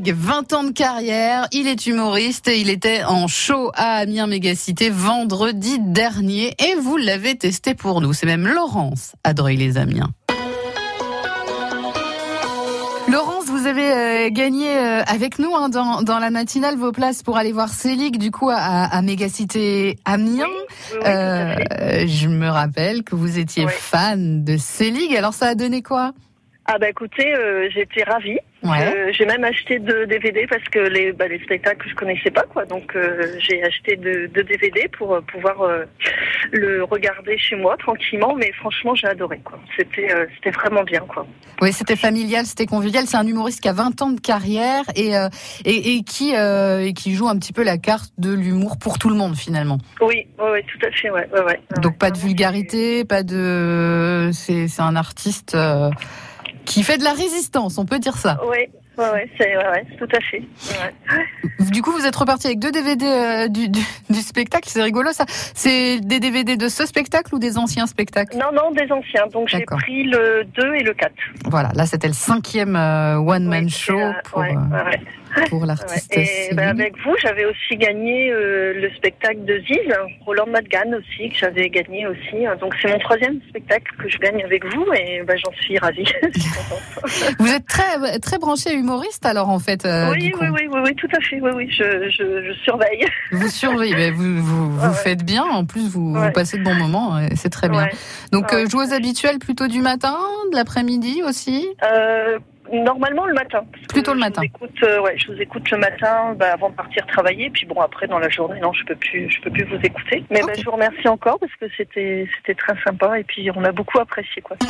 Selig, 20 ans de carrière, il est humoriste et il était en show à Amiens Mégacité vendredi dernier et vous l'avez testé pour nous. C'est même Laurence à Dreuil-les-Amiens. Laurence, vous avez gagné avec nous dans la matinale vos places pour aller voir Selig du coup à Mégacité Amiens. Oui, Je me rappelle que vous étiez fan de Selig. Alors ça a donné quoi ? Ah bah écoutez, j'étais ravie. Ouais. J'ai même acheté 2 DVD parce que les spectacles je connaissais pas quoi. Donc j'ai acheté 2 DVD pour pouvoir le regarder chez moi tranquillement. Mais franchement j'ai adoré quoi. C'était vraiment bien quoi. Oui, c'était familial, c'était convivial. C'est un humoriste qui a 20 ans de carrière et qui joue un petit peu la carte de l'humour pour tout le monde finalement. Oui, tout à fait, ouais. Donc pas de vulgarité, pas de. C'est un artiste qui fait de la résistance, on peut dire ça. Oui, c'est tout à fait. Ouais. Du coup, vous êtes reparti avec 2 DVD du spectacle, c'est rigolo ça. C'est des DVD de ce spectacle ou des anciens spectacles ? Non, des anciens. Donc D'accord. J'ai pris le 2 et le 4. Voilà, là c'était le 5e one-man show pour l'artiste. Et avec vous, j'avais aussi gagné le spectacle de Ziz, Roland Madgan aussi, que j'avais gagné aussi. Donc c'est mon 3e spectacle que je gagne avec vous et j'en suis ravie. Vous êtes très, très branché humoriste alors en fait. Oui, tout à fait. Oui, je surveille. Vous surveillez, mais vous faites bien. En plus, vous passez de bons moments. C'est très bien. Donc joueuse habituelle plutôt du matin, de l'après-midi aussi. Normalement le matin. Plutôt le matin. Je vous écoute le matin avant de partir travailler. Puis bon après dans la journée non je peux plus vous écouter. Mais je vous remercie encore parce que c'était très sympa et puis on a beaucoup apprécié quoi.